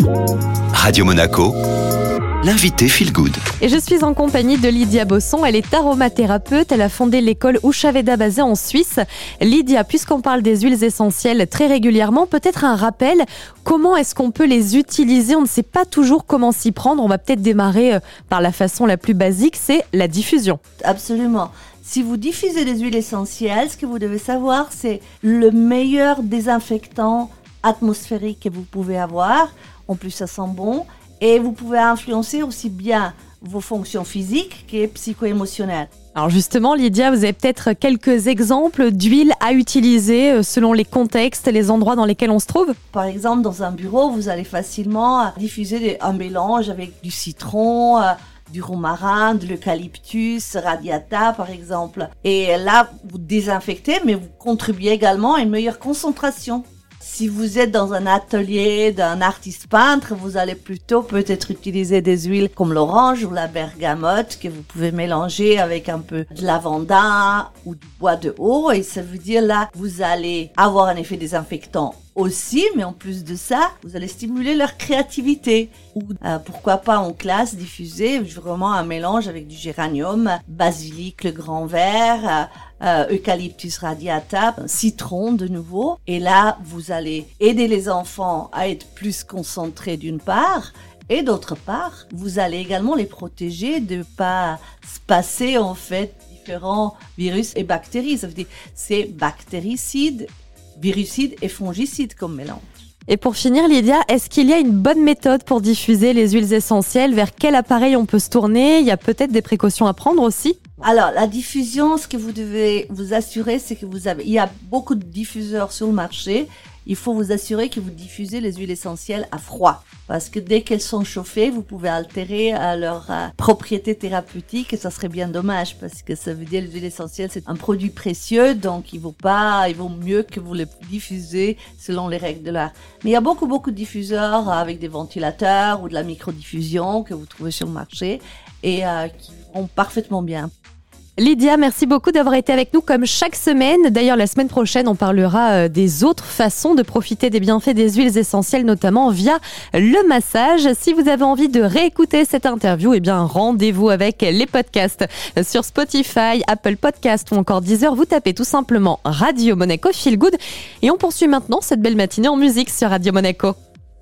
Radio Monaco, l'invité Feel Good. Et je suis en compagnie de Lydia Bosson. Elle est aromathérapeute. Elle a fondé l'école Ushaveda basée en Suisse. Lydia, puisqu'on parle des huiles essentielles très régulièrement, peut-être un rappel, comment est-ce qu'on peut les utiliser ? On ne sait pas toujours comment s'y prendre. On va peut-être démarrer par la façon la plus basique, c'est la diffusion. Absolument. Si vous diffusez des huiles essentielles, ce que vous devez savoir, c'est le meilleur désinfectant atmosphérique que vous pouvez avoir. En plus, ça sent bon. Et vous pouvez influencer aussi bien vos fonctions physiques que psycho-émotionnelles. Alors justement, Lydia, vous avez peut-être quelques exemples d'huiles à utiliser selon les contextes, les endroits dans lesquels on se trouve ? Par exemple, dans un bureau, vous allez facilement diffuser un mélange avec du citron, du romarin, de l'eucalyptus, radiata par exemple. Et là, vous désinfectez, mais vous contribuez également à une meilleure concentration. Si vous êtes dans un atelier d'un artiste peintre, vous allez plutôt peut-être utiliser des huiles comme l'orange ou la bergamote que vous pouvez mélanger avec un peu de lavanda ou du bois de haut. Et ça veut dire là, vous allez avoir un effet désinfectant aussi, mais en plus de ça, vous allez stimuler leur créativité. Ou pourquoi pas en classe diffuser vraiment un mélange avec du géranium, basilic, le grand vert, eucalyptus radiata, citron de nouveau. Et là, vous allez aider les enfants à être plus concentrés d'une part. Et d'autre part, vous allez également les protéger de pas se passer en fait différents virus et bactéries. Ça veut dire c'est bactéricide, virucide et fongicide comme mélange. Et pour finir, Lydia, est-ce qu'il y a une bonne méthode pour diffuser les huiles essentielles ? Vers quel appareil on peut se tourner ? Il y a peut-être des précautions à prendre aussi ? Alors, la diffusion, ce que vous devez vous assurer, c'est que il y a beaucoup de diffuseurs sur le marché. Il faut vous assurer que vous diffusez les huiles essentielles à froid. Parce que dès qu'elles sont chauffées, vous pouvez altérer leur propriété thérapeutique et ça serait bien dommage parce que ça veut dire les huiles essentielles, c'est un produit précieux, donc il vaut mieux que vous les diffusez selon les règles de l'art. Mais il y a beaucoup de diffuseurs avec des ventilateurs ou de la microdiffusion que vous trouvez sur le marché et qui vont parfaitement bien. Lydia, merci beaucoup d'avoir été avec nous comme chaque semaine. D'ailleurs, la semaine prochaine, on parlera des autres façons de profiter des bienfaits des huiles essentielles, notamment via le massage. Si vous avez envie de réécouter cette interview, eh bien, rendez-vous avec les podcasts sur Spotify, Apple Podcasts ou encore Deezer. Vous tapez tout simplement Radio Monaco Feel Good. Et on poursuit maintenant cette belle matinée en musique sur Radio Monaco.